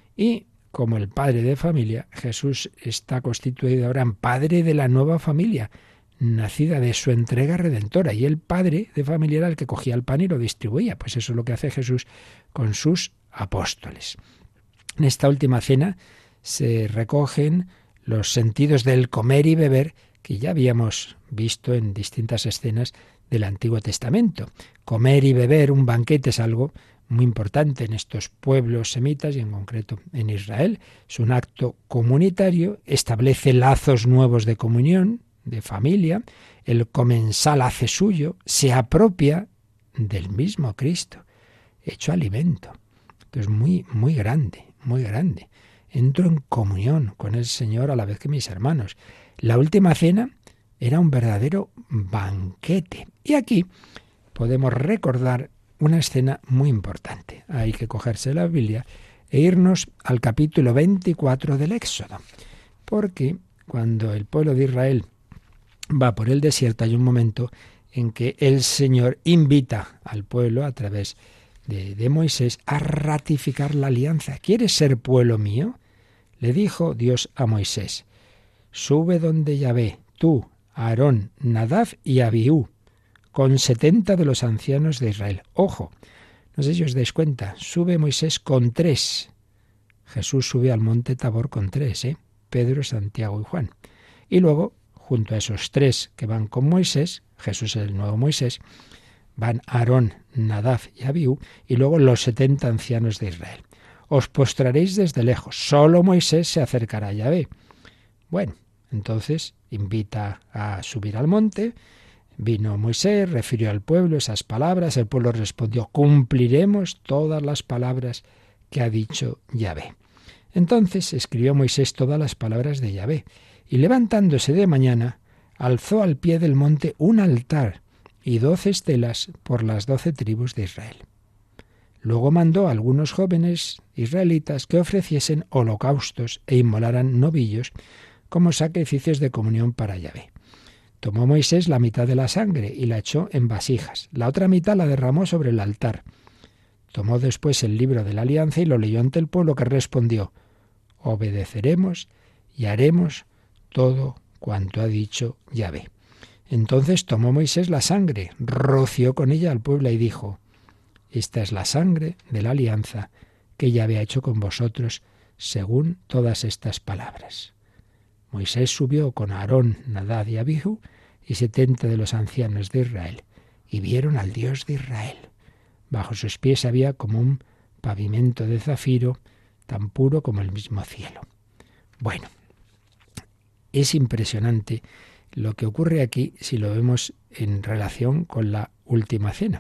Y como el padre de familia, Jesús está constituido ahora en padre de la nueva familia, nacida de su entrega redentora. Y el padre de familia era el que cogía el pan y lo distribuía. Pues eso es lo que hace Jesús con sus apóstoles. En esta última cena se recogen los sentidos del comer y beber que ya habíamos visto en distintas escenas del Antiguo Testamento. Comer y beber, un banquete, es algo muy importante en estos pueblos semitas y en concreto en Israel. Es un acto comunitario, establece lazos nuevos de comunión, de familia. El comensal hace suyo, se apropia del mismo Cristo, hecho alimento. Entonces muy, muy grande, muy grande. Entro en comunión con el Señor a la vez que mis hermanos. La última cena era un verdadero banquete. Y aquí podemos recordar una escena muy importante. Hay que cogerse la Biblia e irnos al capítulo veinticuatro del Éxodo. Porque cuando el pueblo de Israel va por el desierto hay un momento en que el Señor invita al pueblo a través de, de Moisés a ratificar la alianza. ¿Quieres ser pueblo mío? Le dijo Dios a Moisés: sube donde Yahvé, tú, Aarón, Nadab y Abiú, con setenta de los ancianos de Israel. Ojo, No sé si os dais cuenta, sube Moisés con tres. Jesús sube al monte Tabor con tres, ¿eh? Pedro, Santiago y Juan. Y luego, junto a esos tres que van con Moisés, Jesús es el nuevo Moisés, van Aarón, Nadab y Abiú, y luego los setenta ancianos de Israel. Os postraréis desde lejos, solo Moisés se acercará a Yahvé. Bueno, entonces invita a subir al monte. Vino Moisés, refirió al pueblo esas palabras, el pueblo respondió, cumpliremos todas las palabras que ha dicho Yahvé. Entonces escribió Moisés todas las palabras de Yahvé, y levantándose de mañana, alzó al pie del monte un altar y doce estelas por las doce tribus de Israel. Luego mandó a algunos jóvenes israelitas que ofreciesen holocaustos e inmolaran novillos como sacrificios de comunión para Yahvé. Tomó Moisés la mitad de la sangre y la echó en vasijas. La otra mitad la derramó sobre el altar. Tomó después el libro de la alianza y lo leyó ante el pueblo, que respondió, obedeceremos y haremos todo cuanto ha dicho Yahvé. Entonces tomó Moisés la sangre, roció con ella al pueblo y dijo, esta es la sangre de la alianza que Yahvé ha hecho con vosotros, según todas estas palabras. Moisés subió con Aarón, Nadab y Abiú y setenta de los ancianos de Israel, y vieron al Dios de Israel. Bajo sus pies había como un pavimento de zafiro, tan puro como el mismo cielo. Bueno, es impresionante lo que ocurre aquí si lo vemos en relación con la última cena,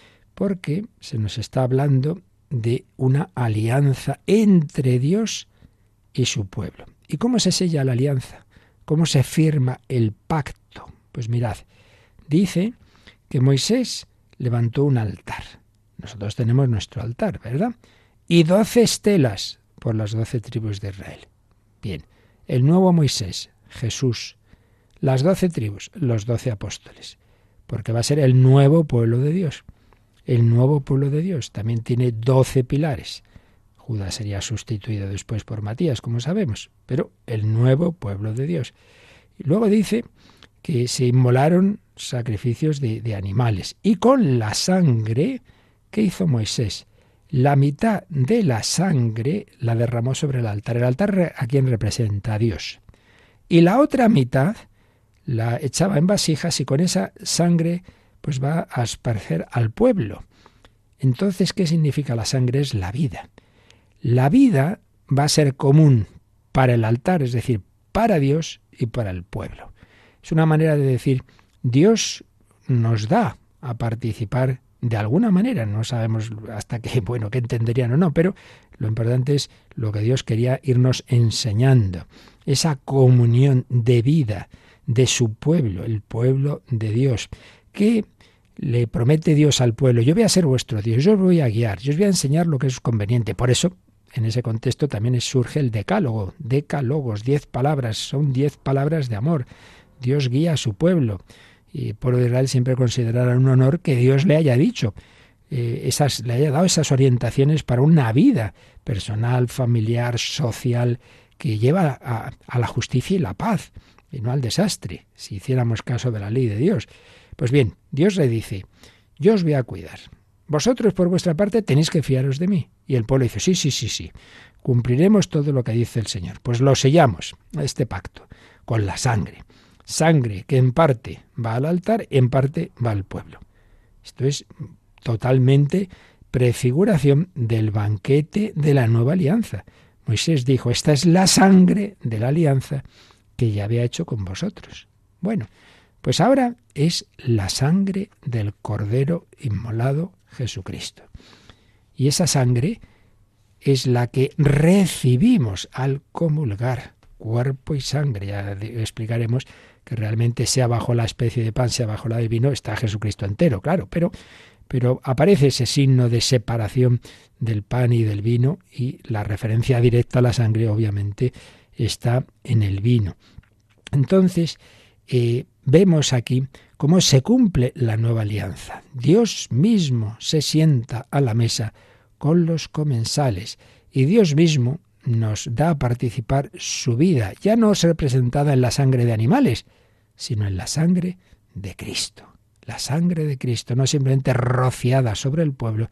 porque se nos está hablando de una alianza entre Dios y su pueblo. ¿Y cómo se sella la alianza? ¿Cómo se firma el pacto? Pues mirad, dice que Moisés levantó un altar. Nosotros tenemos nuestro altar, ¿verdad? Y doce estelas por las doce tribus de Israel. Bien, el nuevo Moisés, Jesús, las doce tribus, los doce apóstoles, porque va a ser el nuevo pueblo de Dios. El nuevo pueblo de Dios también tiene doce pilares. Judas sería sustituido después por Matías, como sabemos, pero el nuevo pueblo de Dios. Y luego dice que se inmolaron sacrificios de, de animales. Y con la sangre, ¿qué hizo Moisés? La mitad de la sangre la derramó sobre el altar. El altar, ¿a quién representa? A Dios. Y la otra mitad la echaba en vasijas y con esa sangre pues va a esparcer al pueblo. Entonces, ¿qué significa la sangre? Es la vida. La vida va a ser común para el altar, es decir, para Dios y para el pueblo. Es una manera de decir, Dios nos da a participar de alguna manera, no sabemos hasta qué, bueno, qué entenderían o no, pero lo importante es lo que Dios quería irnos enseñando, esa comunión de vida de su pueblo, el pueblo de Dios, que le promete Dios al pueblo, yo voy a ser vuestro Dios, yo os voy a guiar, yo os voy a enseñar lo que es conveniente. Por eso, en ese contexto también surge el decálogo, decálogos, diez palabras, son diez palabras de amor. Dios guía a su pueblo. Y el pueblo de Israel siempre considerará un honor que Dios le haya dicho, eh, esas, le haya dado esas orientaciones para una vida personal, familiar, social, que lleva a, a la justicia y la paz, y no al desastre, si hiciéramos caso de la ley de Dios. Pues bien, Dios le dice, yo os voy a cuidar. Vosotros, por vuestra parte, tenéis que fiaros de mí. Y el pueblo dice, sí, sí, sí, sí, cumpliremos todo lo que dice el Señor. Pues lo sellamos, este pacto, con la sangre. Sangre que en parte va al altar, en parte va al pueblo. Esto es totalmente prefiguración del banquete de la nueva alianza. Moisés dijo, esta es la sangre de la alianza que ya había hecho con vosotros. Bueno, pues ahora es la sangre del Cordero inmolado Jesucristo. Y esa sangre es la que recibimos al comulgar, cuerpo y sangre. Ya explicaremos que realmente sea bajo la especie de pan, sea bajo la de vino, está Jesucristo entero, claro, pero, pero aparece ese signo de separación del pan y del vino, y la referencia directa a la sangre obviamente está en el vino. Entonces, eh, vemos aquí cómo se cumple la nueva alianza. Dios mismo se sienta a la mesa con los comensales y Dios mismo nos da a participar su vida, ya no representada en la sangre de animales, sino en la sangre de Cristo. La sangre de Cristo, no simplemente rociada sobre el pueblo,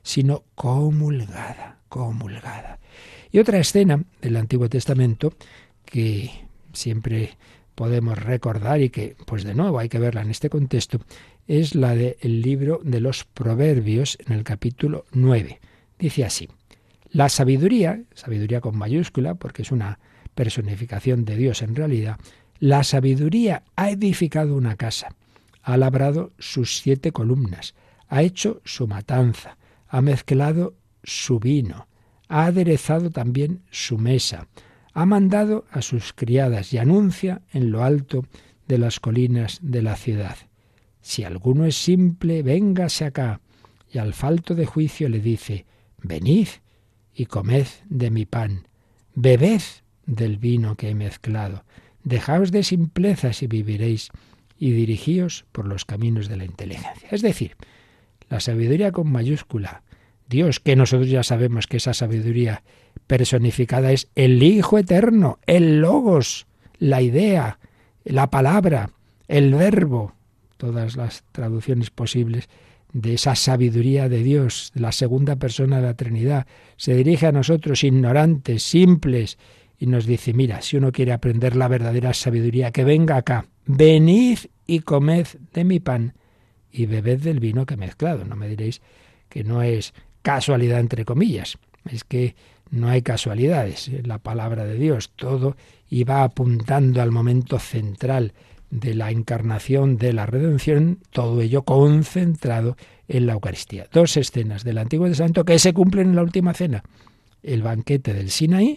sino comulgada, comulgada. Y otra escena del Antiguo Testamento que siempre podemos recordar y que, pues de nuevo, hay que verla en este contexto, es la del libro de los Proverbios en el capítulo nueve. Dice así: la sabiduría, sabiduría con mayúscula, porque es una personificación de Dios en realidad, la sabiduría ha edificado una casa, ha labrado sus siete columnas, ha hecho su matanza, ha mezclado su vino, ha aderezado también su mesa, ha mandado a sus criadas y anuncia en lo alto de las colinas de la ciudad: si alguno es simple, véngase acá. Y al falto de juicio le dice: venid y comed de mi pan, bebed del vino que he mezclado, dejaos de simplezas y viviréis, y dirigíos por los caminos de la inteligencia. Es decir, la sabiduría con mayúscula, Dios, que nosotros ya sabemos que esa sabiduría personificada es el Hijo Eterno, el Logos, la idea, la palabra, el verbo, todas las traducciones posibles de esa sabiduría de Dios, la segunda persona de la Trinidad, se dirige a nosotros ignorantes, simples, y nos dice: mira, si uno quiere aprender la verdadera sabiduría, que venga acá, venid y comed de mi pan y bebed del vino que he mezclado. No me diréis que no es casualidad entre comillas, es que no hay casualidades en la palabra de Dios, todo iba apuntando al momento central de la encarnación, de la redención, todo ello concentrado en la Eucaristía. Dos escenas del Antiguo Testamento que se cumplen en la última cena: el banquete del Sinaí,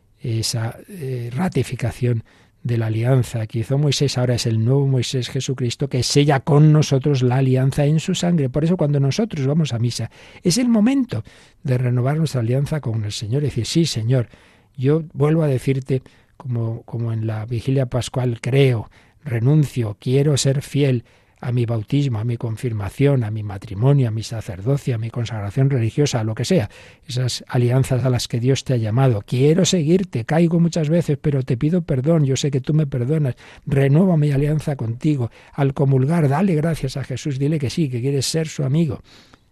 esa eh, ratificación de la alianza que hizo Moisés, ahora es el nuevo Moisés Jesucristo que sella con nosotros la alianza en su sangre. Por eso cuando nosotros vamos a misa es el momento de renovar nuestra alianza con el Señor y decir: sí, Señor, yo vuelvo a decirte, como, como en la vigilia pascual, creo, renuncio, quiero ser fiel a mi bautismo, a mi confirmación, a mi matrimonio, a mi sacerdocio, a mi consagración religiosa, a lo que sea, esas alianzas a las que Dios te ha llamado. Quiero seguirte, caigo muchas veces, pero te pido perdón, yo sé que tú me perdonas, renuevo mi alianza contigo. Al comulgar, dale gracias a Jesús, dile que sí, que quieres ser su amigo.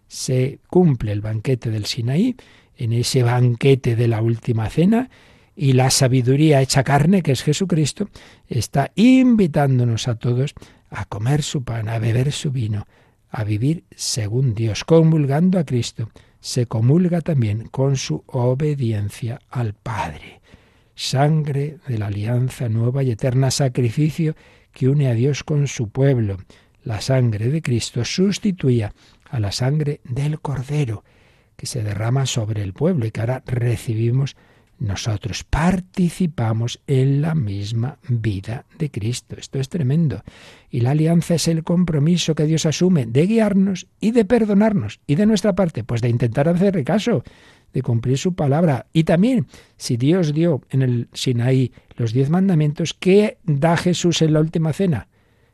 Se cumple el banquete del Sinaí, en ese banquete de la última cena, y la sabiduría hecha carne, que es Jesucristo, está invitándonos a todos a comer su pan, a beber su vino, a vivir según Dios. Comulgando a Cristo, se comulga también con su obediencia al Padre. Sangre de la alianza nueva y eterna, sacrificio que une a Dios con su pueblo. La sangre de Cristo sustituía a la sangre del Cordero, que se derrama sobre el pueblo y que ahora recibimos nosotros. Participamos en la misma vida de Cristo. Esto es tremendo. Y la alianza es el compromiso que Dios asume de guiarnos y de perdonarnos. Y de nuestra parte, pues de intentar hacerle caso, de cumplir su palabra. Y también, si Dios dio en el Sinaí los diez mandamientos, ¿qué da Jesús en la última cena?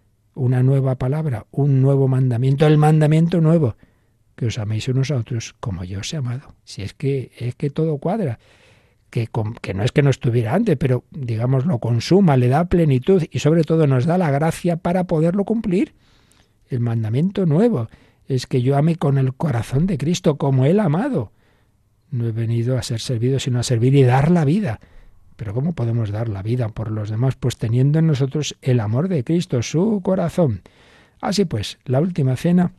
Una nueva palabra, un nuevo mandamiento, el mandamiento nuevo, que os améis unos a otros como yo os he amado. Si es que, es que todo cuadra. Que, que no es que no estuviera antes, pero digamos lo consuma, le da plenitud y sobre todo nos da la gracia para poderlo cumplir. El mandamiento nuevo es que yo ame con el corazón de Cristo, como Él ha amado. No he venido a ser servido, sino a servir y dar la vida. Pero ¿cómo podemos dar la vida por los demás? Pues teniendo en nosotros el amor de Cristo, su corazón. Así pues, la última cena,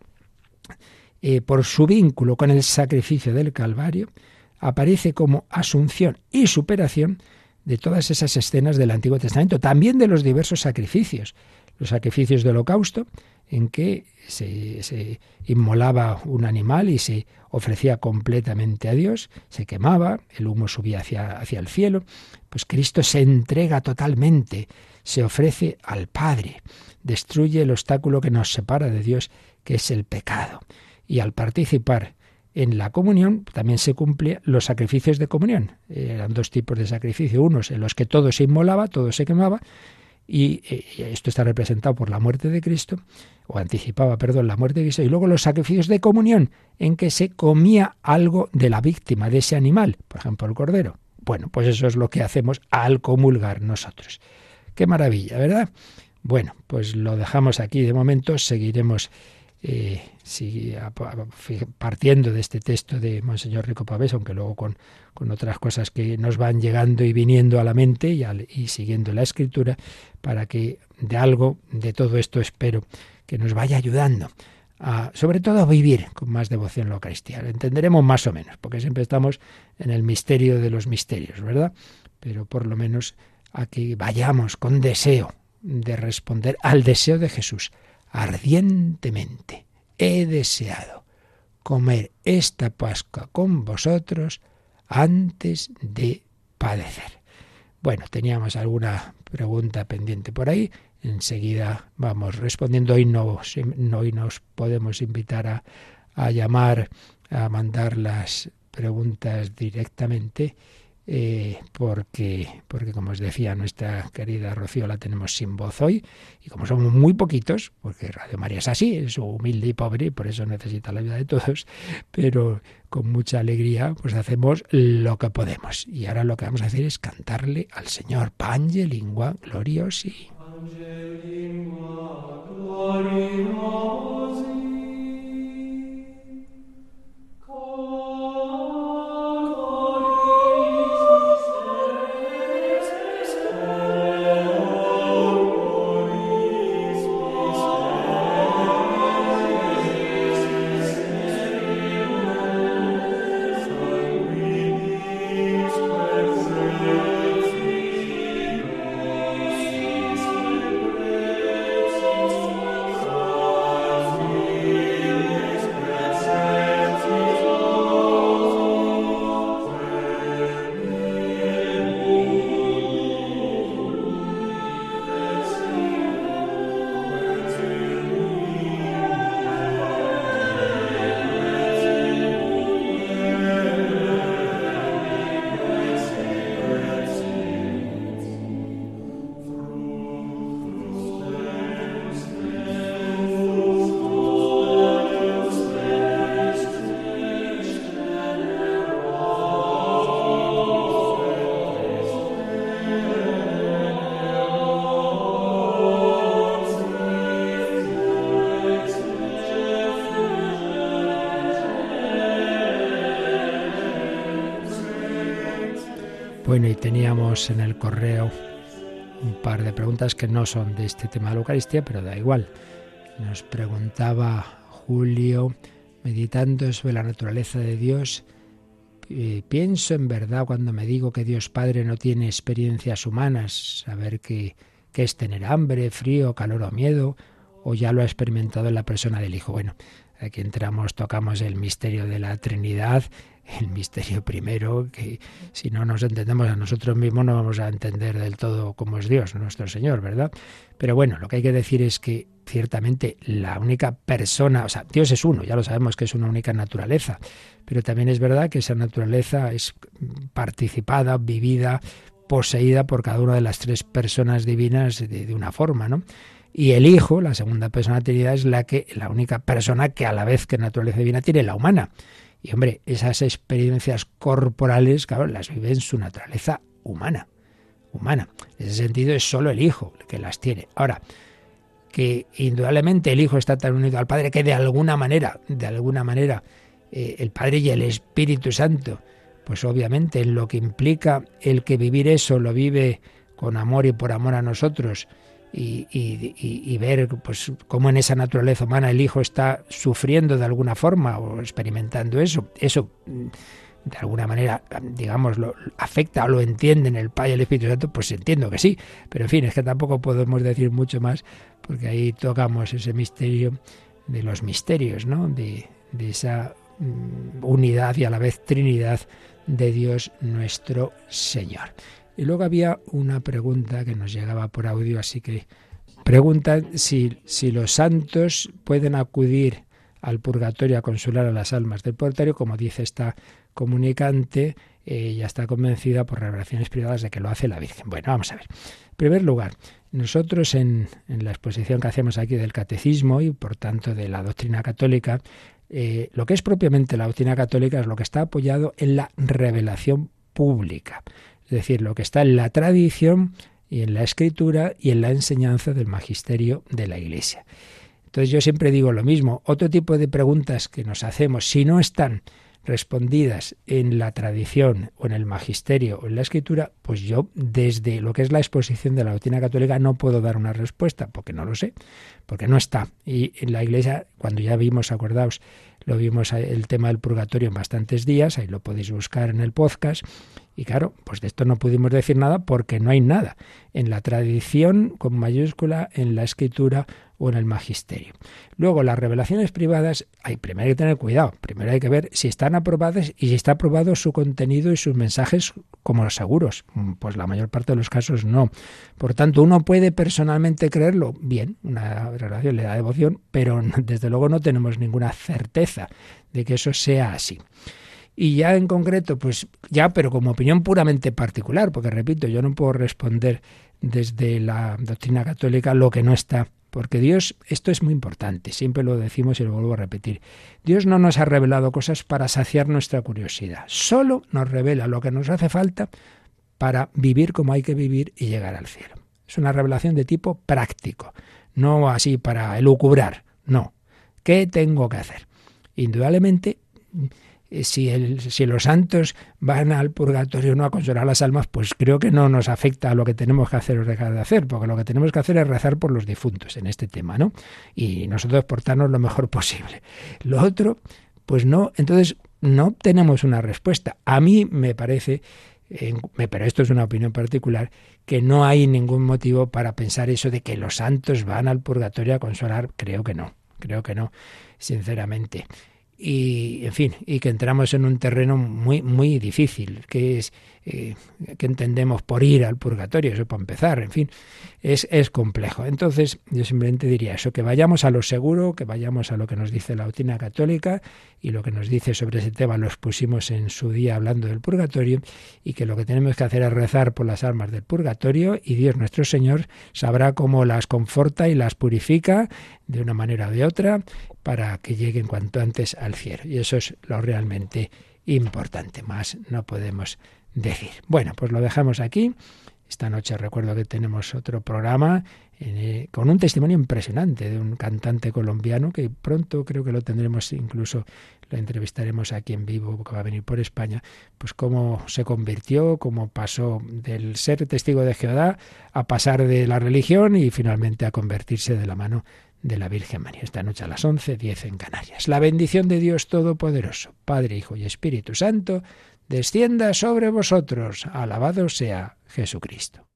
eh, por su vínculo con el sacrificio del Calvario, aparece como asunción y superación de todas esas escenas del Antiguo Testamento, también de los diversos sacrificios. Los sacrificios de holocausto, en que se, se inmolaba un animal y se ofrecía completamente a Dios, se quemaba, el humo subía hacia, hacia el cielo, pues Cristo se entrega totalmente, se ofrece al Padre, destruye el obstáculo que nos separa de Dios, que es el pecado. Y al participar en la comunión también se cumplían los sacrificios de comunión. Eran dos tipos de sacrificio, unos en los que todo se inmolaba, todo se quemaba, y eh, esto está representado por la muerte de Cristo, o anticipaba, perdón, la muerte de Cristo, y luego los sacrificios de comunión, en que se comía algo de la víctima, de ese animal, por ejemplo el cordero. Bueno, pues eso es lo que hacemos al comulgar nosotros. ¡Qué maravilla!, ¿verdad? Bueno, pues lo dejamos aquí de momento, seguiremos eh, si, a, a, partiendo de este texto de Monseñor Rico Pavés, aunque luego con, con otras cosas que nos van llegando y viniendo a la mente y, al, y siguiendo la Escritura, para que de algo de todo esto espero que nos vaya ayudando a, sobre todo a vivir con más devoción la Eucaristía. Lo entenderemos más o menos, porque siempre estamos en el misterio de los misterios, ¿verdad? Pero por lo menos a que vayamos con deseo de responder al deseo de Jesús ardientemente. He deseado comer esta Pascua con vosotros antes de padecer. Bueno, teníamos alguna pregunta pendiente por ahí. Enseguida vamos respondiendo. Hoy no, hoy nos podemos invitar a, a llamar, a mandar las preguntas directamente, eh, porque, porque, como os decía, nuestra querida Rocío la tenemos sin voz hoy, y como somos muy poquitos, porque Radio María es así, es humilde y pobre, y por eso necesita la ayuda de todos, pero con mucha alegría pues hacemos lo que podemos. Y ahora lo que vamos a hacer es cantarle al Señor, Pange lingua gloriosi. Bueno, y teníamos en el correo un par de preguntas que no son de este tema de la Eucaristía, pero da igual. Nos preguntaba Julio, meditando sobre la naturaleza de Dios, eh, pienso en verdad cuando me digo que Dios Padre no tiene experiencias humanas, saber qué que es tener hambre, frío, calor o miedo, o ya lo ha experimentado en la persona del Hijo. Bueno, aquí entramos, tocamos el misterio de la Trinidad, el misterio primero, que si no nos entendemos a nosotros mismos no vamos a entender del todo cómo es Dios, nuestro Señor, ¿verdad? Pero bueno, lo que hay que decir es que ciertamente la única persona, o sea, Dios es uno, ya lo sabemos que es una única naturaleza, pero también es verdad que esa naturaleza es participada, vivida, poseída por cada una de las tres personas divinas de, de una forma, ¿no? Y el Hijo, la segunda persona de la Trinidad, es la que la única persona que a la vez que naturaleza divina tiene la humana. Y hombre, esas experiencias corporales, claro, las vive en su naturaleza humana. Humana. En ese sentido es solo el Hijo el que las tiene. Ahora, que indudablemente el Hijo está tan unido al Padre que de alguna manera, de alguna manera, eh, el Padre y el Espíritu Santo, pues obviamente en lo que implica el que vivir eso lo vive con amor y por amor a nosotros, y, y, y, y ver pues cómo en esa naturaleza humana el Hijo está sufriendo de alguna forma o experimentando eso, eso de alguna manera, digamos, lo afecta o lo entienden el Padre y el Espíritu Santo, pues entiendo que sí, pero en fin, es que tampoco podemos decir mucho más, porque ahí tocamos ese misterio de los misterios, ¿no? De, de esa mm, unidad y a la vez Trinidad de Dios nuestro Señor. Y luego había una pregunta que nos llegaba por audio, así que preguntan si, si los santos pueden acudir al purgatorio a consolar a las almas del purgatorio, como dice esta comunicante, ella está convencida por revelaciones privadas de que lo hace la Virgen. Bueno, vamos a ver. En primer lugar, nosotros en, en la exposición que hacemos aquí del catecismo y por tanto de la doctrina católica, eh, lo que es propiamente la doctrina católica es lo que está apoyado en la revelación pública. Es decir, lo que está en la tradición y en la escritura y en la enseñanza del magisterio de la Iglesia. Entonces yo siempre digo lo mismo, otro tipo de preguntas que nos hacemos, si no están respondidas en la tradición o en el magisterio o en la escritura, pues yo desde lo que es la exposición de la doctrina católica no puedo dar una respuesta, porque no lo sé, porque no está. Y en la Iglesia, cuando ya vimos, acordaos, lo vimos el tema del purgatorio en bastantes días, ahí lo podéis buscar en el podcast, y claro, pues de esto no pudimos decir nada porque no hay nada en la tradición con mayúscula, en la escritura o en el magisterio. Luego, las revelaciones privadas, hay primero hay que tener cuidado, primero hay que ver si están aprobadas y si está aprobado su contenido y sus mensajes como seguros. Pues la mayor parte de los casos no. Por tanto, uno puede personalmente creerlo, bien, una revelación le da devoción, pero desde luego no tenemos ninguna certeza de que eso sea así. Y ya en concreto, pues ya, pero como opinión puramente particular, porque repito, yo no puedo responder desde la doctrina católica lo que no está, porque Dios, esto es muy importante, siempre lo decimos y lo vuelvo a repetir, Dios no nos ha revelado cosas para saciar nuestra curiosidad, solo nos revela lo que nos hace falta para vivir como hay que vivir y llegar al cielo. Es una revelación de tipo práctico, no así para elucubrar, no. ¿Qué tengo que hacer? Indudablemente, Si, el, si los santos van al purgatorio no a consolar las almas, pues creo que no nos afecta a lo que tenemos que hacer o dejar de hacer, porque lo que tenemos que hacer es rezar por los difuntos en este tema, ¿no? Y nosotros portarnos lo mejor posible. Lo otro, pues no, entonces no tenemos una respuesta. A mí me parece, eh, pero esto es una opinión particular, que no hay ningún motivo para pensar eso de que los santos van al purgatorio a consolar. Creo que no, creo que no, sinceramente. Y, en fin, y que entramos en un terreno muy muy difícil, que es eh, que entendemos por ir al purgatorio, eso para empezar, en fin, es, es complejo. Entonces, yo simplemente diría eso, que vayamos a lo seguro, que vayamos a lo que nos dice la doctrina católica, y lo que nos dice sobre ese tema lo expusimos en su día hablando del purgatorio, y que lo que tenemos que hacer es rezar por las almas del purgatorio, y Dios nuestro Señor sabrá cómo las conforta y las purifica de una manera o de otra, para que lleguen cuanto antes al cielo. Y eso es lo realmente importante, más no podemos decir. Bueno, pues lo dejamos aquí. Esta noche recuerdo que tenemos otro programa eh, con un testimonio impresionante de un cantante colombiano que pronto creo que lo tendremos, incluso lo entrevistaremos aquí en vivo, que va a venir por España, pues cómo se convirtió, cómo pasó del ser testigo de Jehová a pasar de la religión y finalmente a convertirse de la mano de la Virgen María. Esta noche a las once, diez en Canarias. La bendición de Dios Todopoderoso, Padre, Hijo y Espíritu Santo, descienda sobre vosotros. Alabado sea Jesucristo.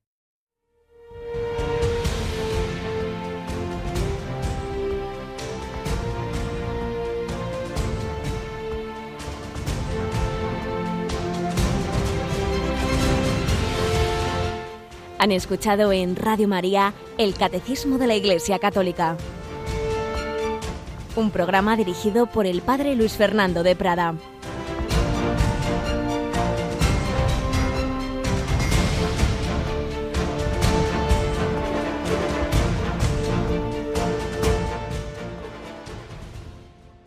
Han escuchado en Radio María el Catecismo de la Iglesia Católica, un programa dirigido por el Padre Luis Fernando de Prada.